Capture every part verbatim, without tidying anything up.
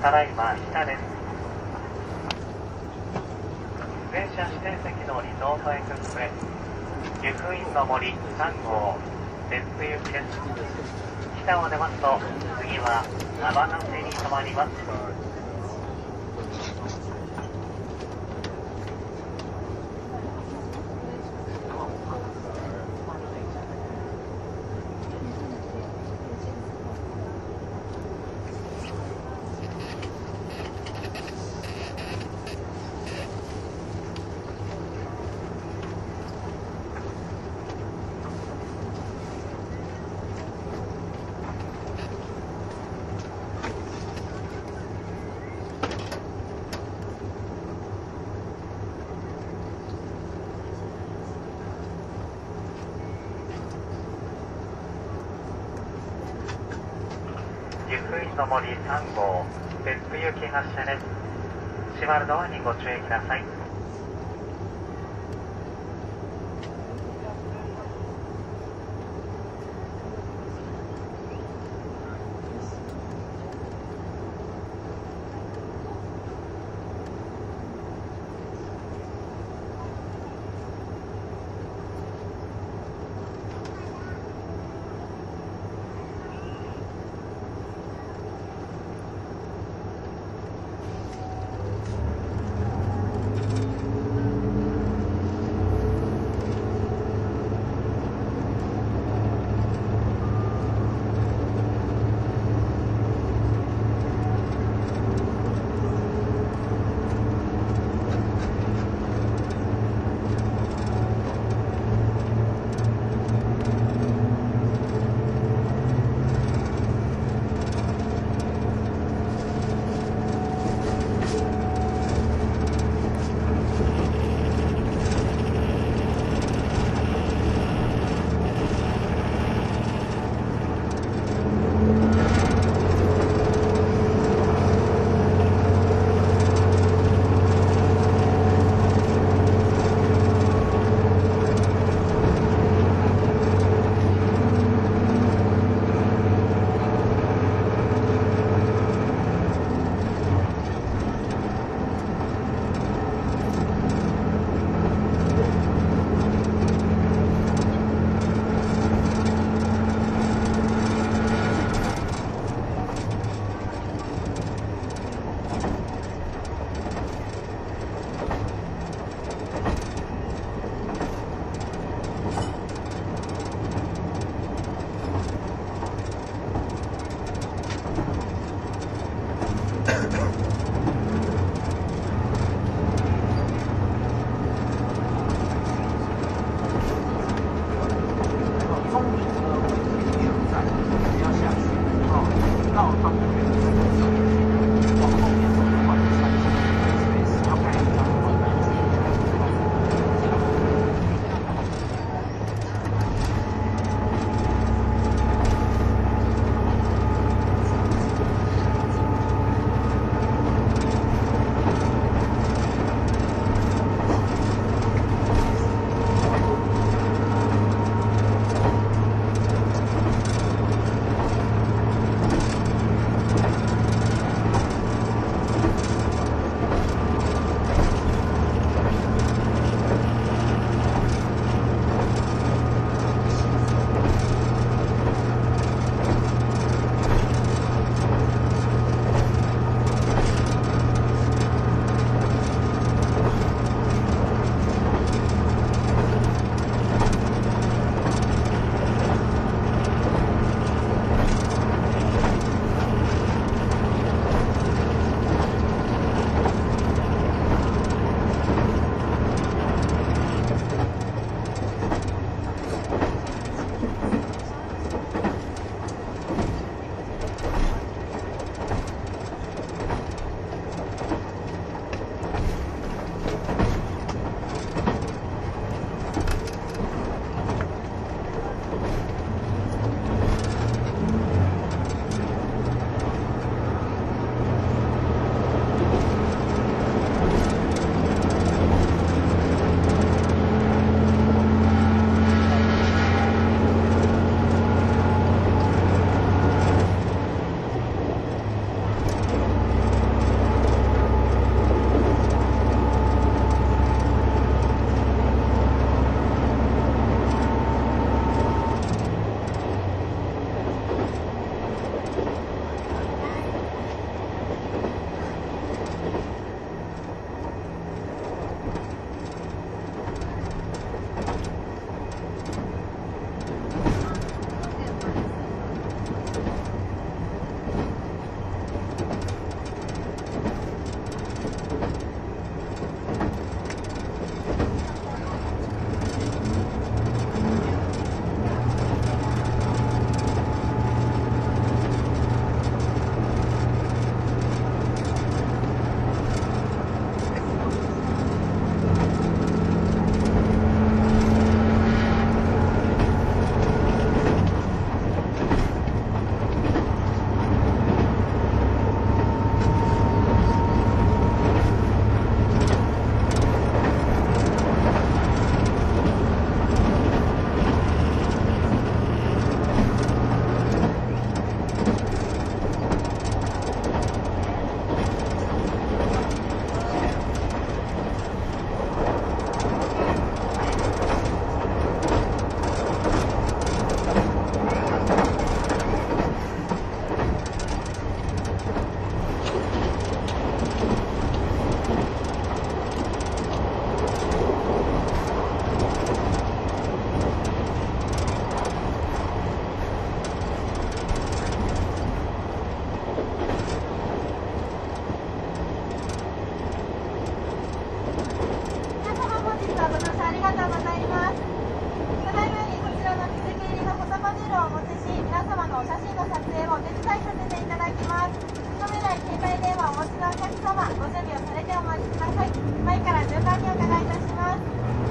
ただいま下です。電車指定席のリゾートエクスプレス、湯布院の森さん号、別府行きです。北を出ますと、次は幅名瀬に停まります。湯布院の森さん号、別府行き発車です。閉まるドアにご注意ください。 お写真の撮影をお手伝いさせていただきます。カメラ、携帯電話をお持ちのお客様、ご準備をされてお待ちください。前から順番にお伺いいたします。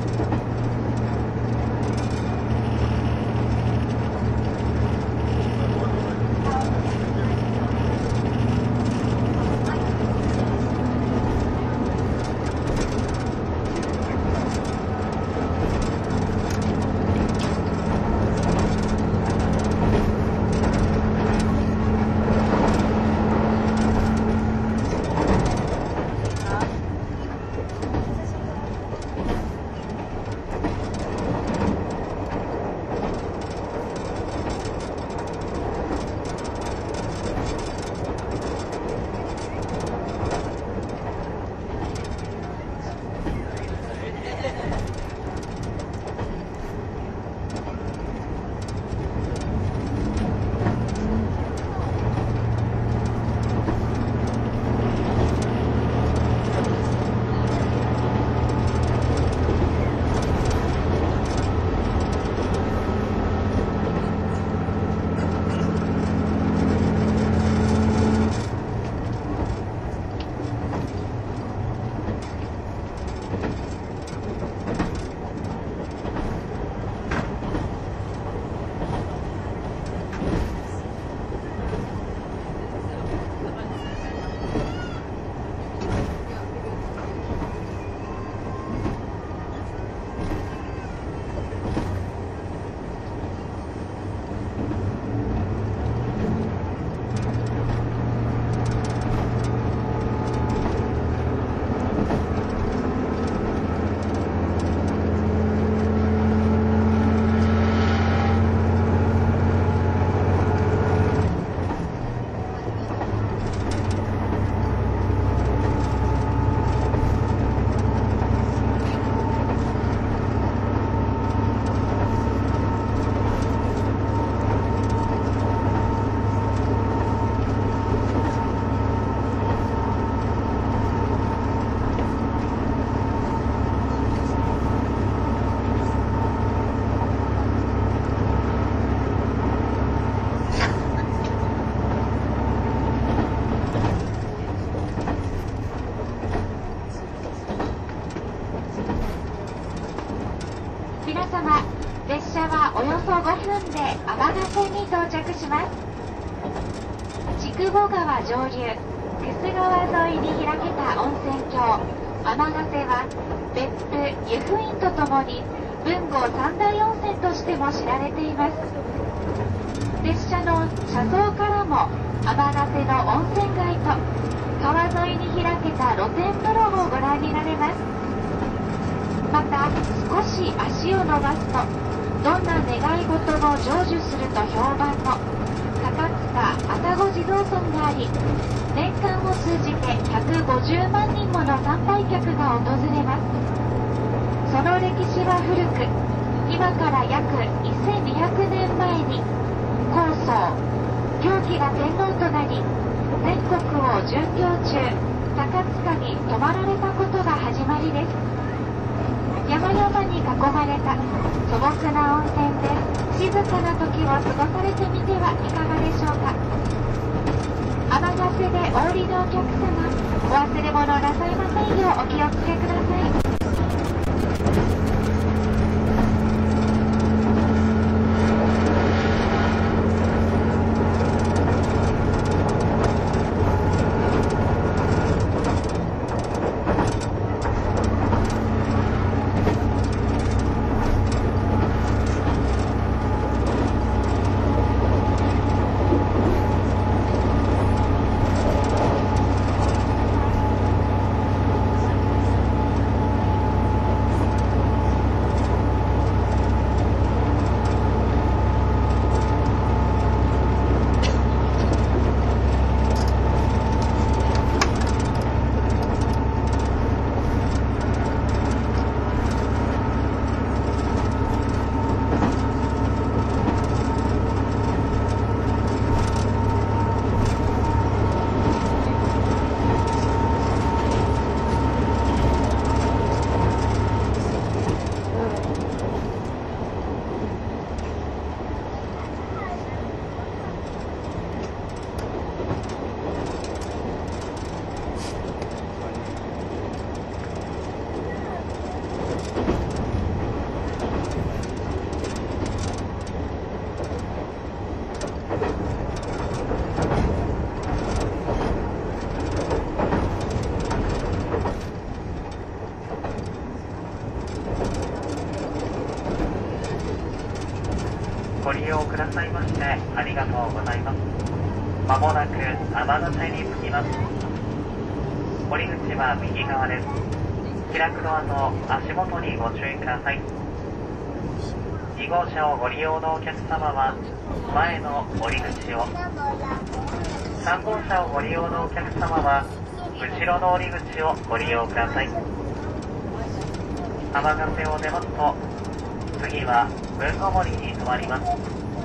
皆様、列車はおよそごふんで尼崎に到着します。筑後川上流、楠川沿いに開けた温泉郷、尼崎は別府、湯布院とともに豊後三大温泉としても知られています。列車の車窓からも尼崎の温泉街と川沿いに開けた露天風呂をご覧になれます。また少し足を伸ばすとどんな願い事も成就すると評判の高塚愛宕地蔵尊があり、年間を通じてひゃくごじゅうまんにんもの参拝客が訪れます。その歴史は古く、今から約せんにひゃくねんまえに高宗行基が天皇となり、全国を巡業中高塚に泊まられたことが始まりです。山々に囲まれた素朴な温泉で静かな時を過ごされてみてはいかがでしょうか。尼崎でお降りのお客様、お忘れ物なさいませんようお気をつけください。 ださいましてありがとうございます。まもなく尼瀬に着きます。降り口は右側です。開くドアと足元にご注意ください。に号車をご利用のお客様は前の降り口を、さん号車をご利用のお客様は後ろの降り口をご利用ください。尼瀬を出ますと次は豊後森に停まります。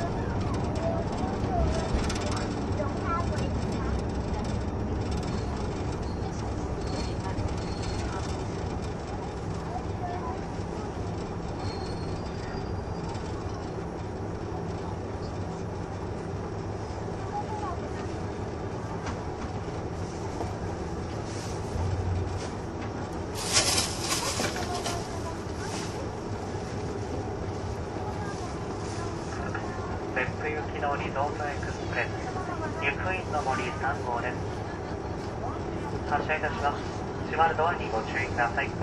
別府行きのリゾートエクスプレス湯布院の森さん号です。発車いたします。閉まるドアにご注意ください。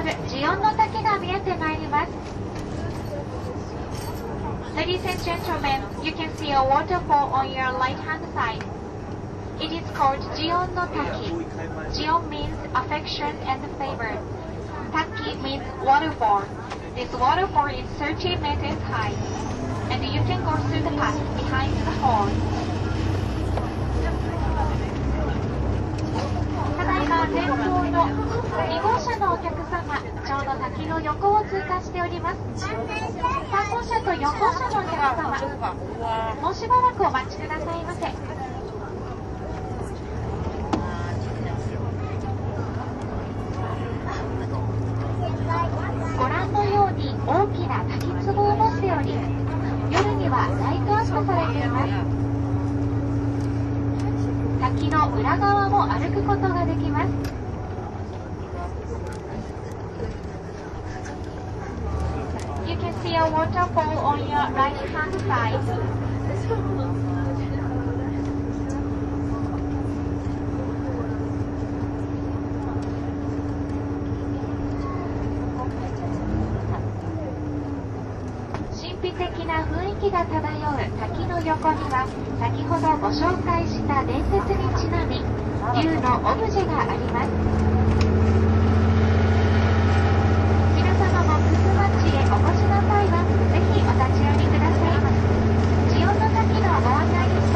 るジオンの滝が見えてまいります。Ladies and gentlemen, you can see a waterfall on your right hand side. It is called Jion no Taki. Jion means affection and favor. Taki means waterfall. This waterfall is thirty meters high, and you can go through the path behind the hall. ただいま前方のに号車のお客様、ちょうど滝の横を通過しております。さん号車とよん号車のお客様、もうしばらくお待ちくださいませ。ご覧のように大きな滝壺を持っており、夜にはライトアップされています。滝の裏側も歩くことができます。You can see a waterfall on your right hand side. 神秘的な雰囲気が漂う滝の横には、先ほどご紹介した伝説にちなみ、竜のオブジェがあります。皆様もクスマッチへお越しの際は、ぜひお立ち寄りください。ジオンの滝のご案内でした。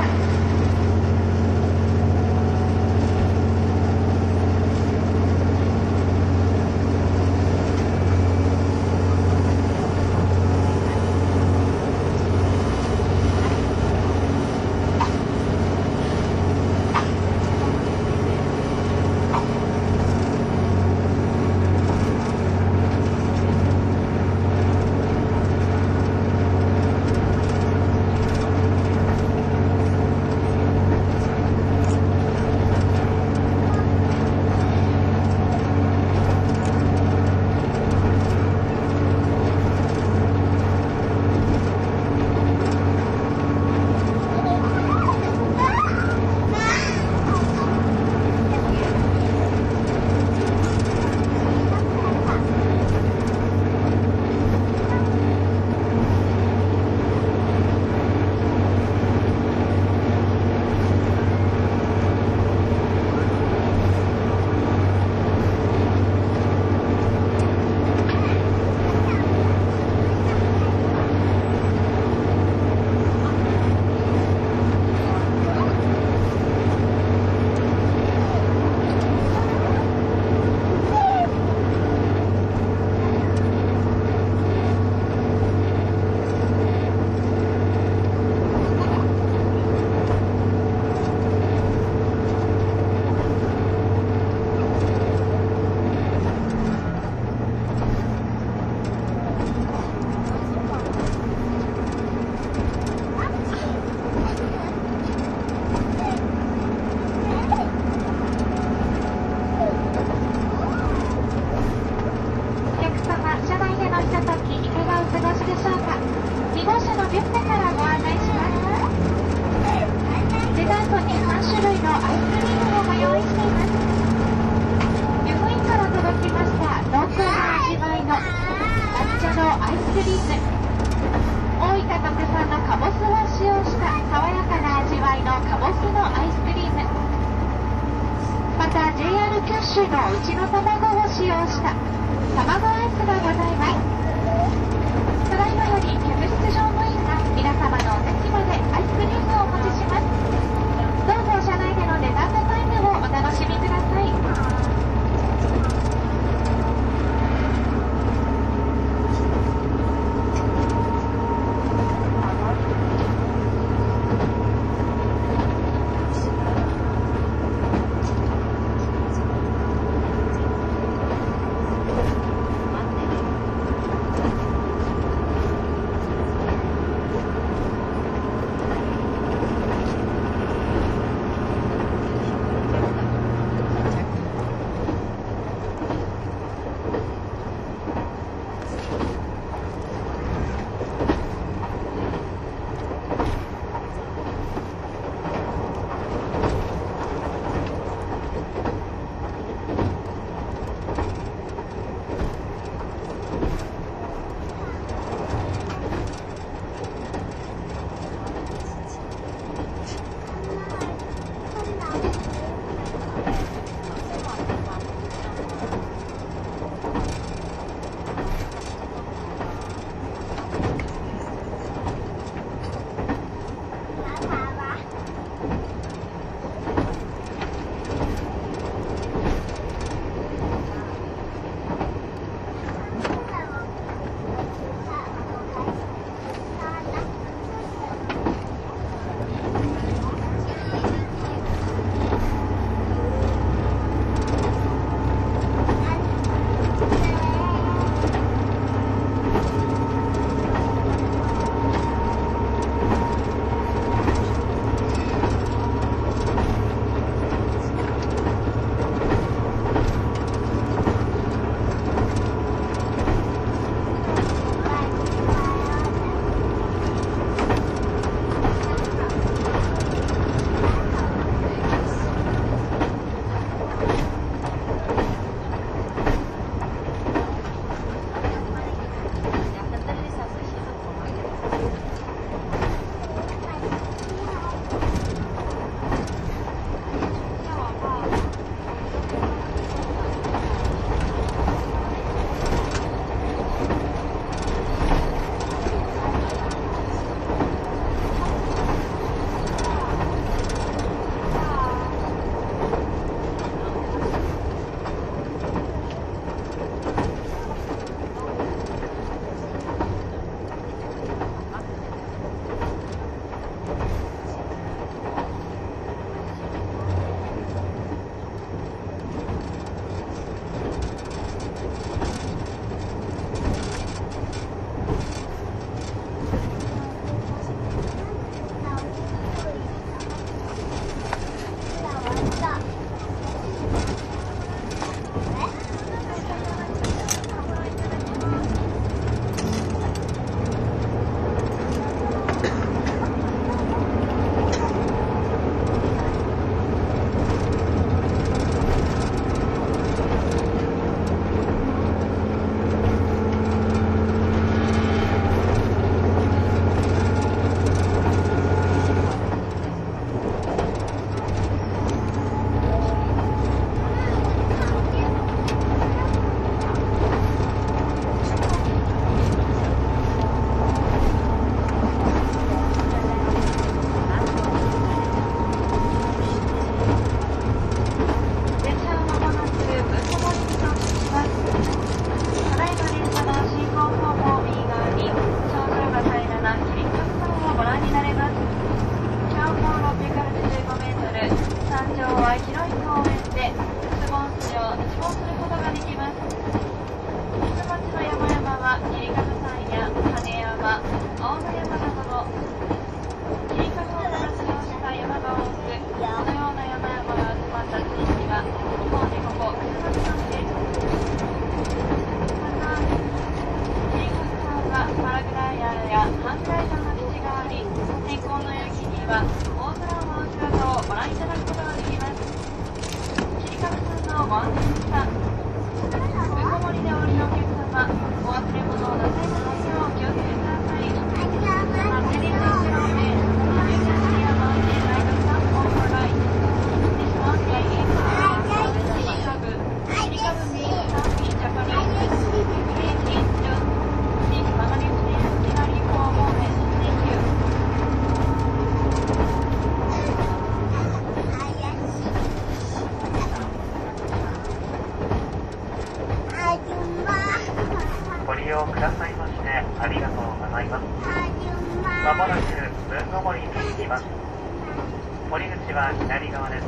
用くださいましてありがとうございます。まもなく文後森に行きます。降り口は左側です。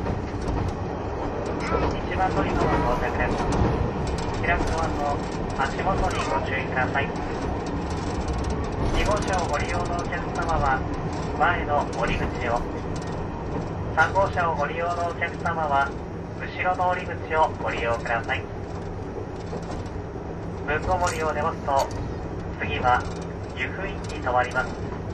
一番乗り場は到着です。開くドアと足元にご注意ください。に号車をご利用のお客様は前の降り口を、さん号車をご利用のお客様は後ろの降り口をご利用ください。文後森を出ますと次は湯布院に停まります。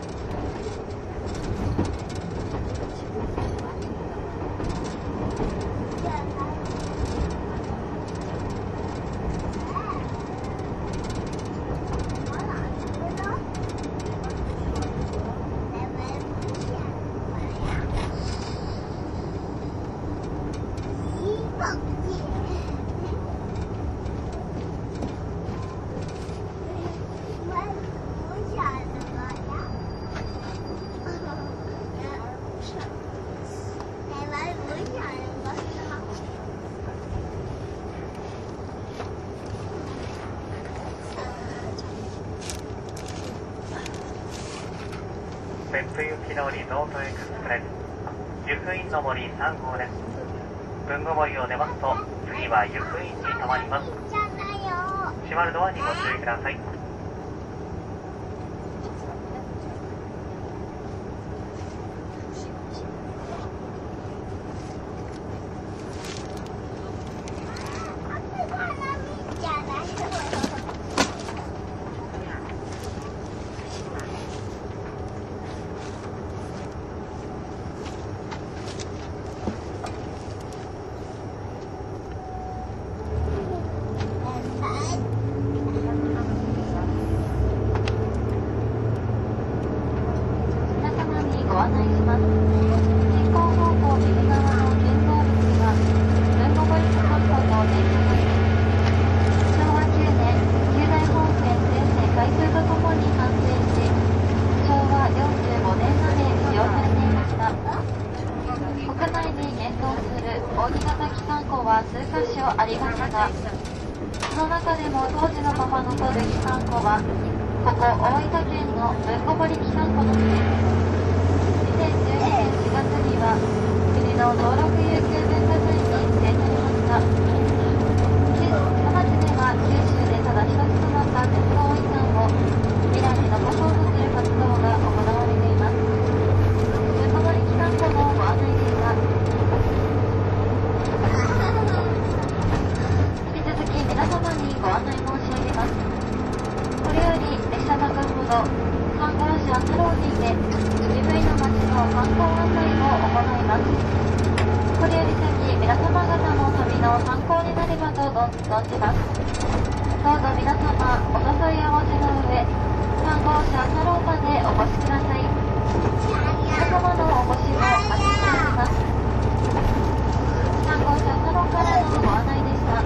別府行きのリゾートエクスプレス湯布院の森さん号です。文後森を出ますと次は湯布院に停まります。閉まるドアにご注意ください。 ありますが、その中でも当時のまま残る機関庫はここ大分県の文後森機関庫のみです。にせんじゅうにねんしがつには国の登録有形文化財に指定されました。田町では九州でただ一つとなった鉄道遺産を未来に残そうとする活動が行われています。文後森機関庫のご案内でした。皆様にご案内申し上げます。これより列車中ほどさん号車サローディで湯布院の街の観光案内を行います。これより先皆様方の旅の参考になればと存じます。どうぞ皆様お誘い合わせの上さん号車サローまでお越しください。皆様のお越しをお待ちしております。さん号車サローからのご案内でした。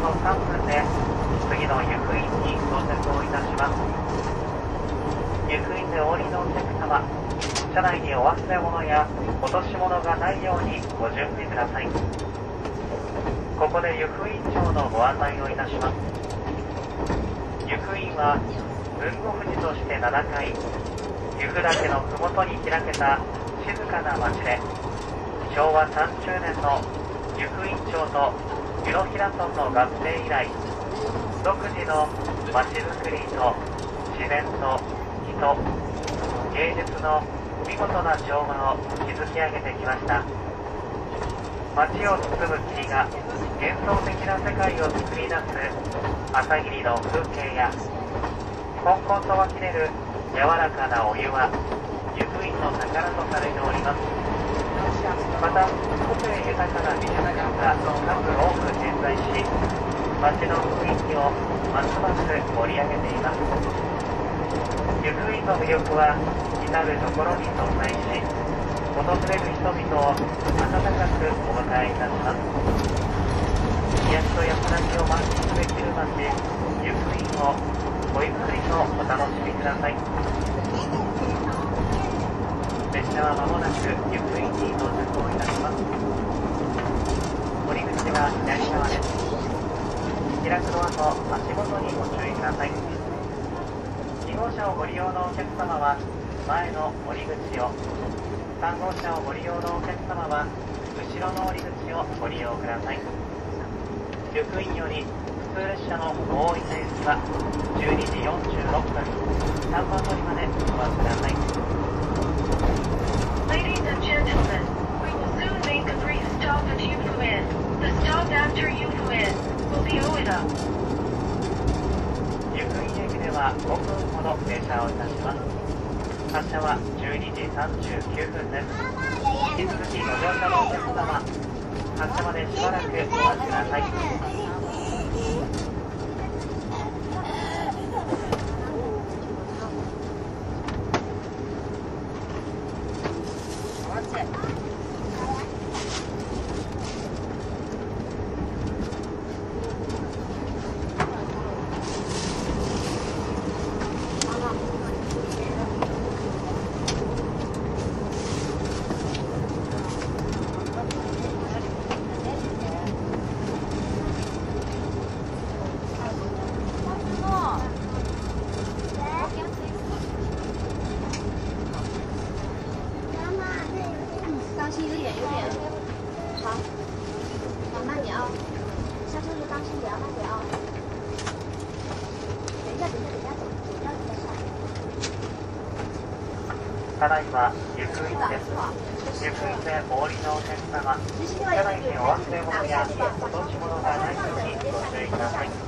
そさんぷんで次の湯布院に到着をいたします。湯布院でお降りのお客様、車内にお忘れ物や落とし物がないようにご準備ください。ここで湯布院町のご案内をいたします。湯布院は豊後富士として名高い湯布岳の麓に開けた静かな町で、しょうわさんじゅうねんの湯布院町と湯の平村の合併以来、独自の町づくりと自然と人、芸術の見事な調和を築き上げてきました。街を包む霧が幻想的な世界を作り出す朝霧の風景や、こんこんと湧き出る柔らかなお湯は湯布院の宝とされております。また個性豊かな美術館が数多く点在し、街の雰囲気をますます盛り上げています。湯布院の魅力は至るところに存在し、訪れる人々を温かくお迎えいたします。癒しと安らぎを満喫できる街湯布院をごゆっくりとお楽しみください。列車はまもなく湯布院に到着をいたします。降り口は左側です。開くドアと足元にご注意ください。に号車をご利用のお客様は前の降り口を、さん号車をご利用のお客様は後ろの降り口をご利用ください。湯布院より普通列車の大分行きはじゅうにじよんじゅうろっぷん、さんばん乗りまでお待ちください。 Ladies and gentlemen, we will soon make a brief stop at Yufuin. The stop after Yufuin will be Ueda. 湯布院駅ではごふんほど停車をいたします。発車はじゅうにじさんじゅうきゅうふんです。引き続きご乗車のお客様、発車までしばらくお待ちください。 当心有点有点长，好，慢点啊！下车就当心点啊，慢点啊！等一下，等一下，等一下，等一下，等一下。 ただいま湯布院です。湯布院でお降りのお客様、車内にお忘れ物や落とし物がないようにご注意ください。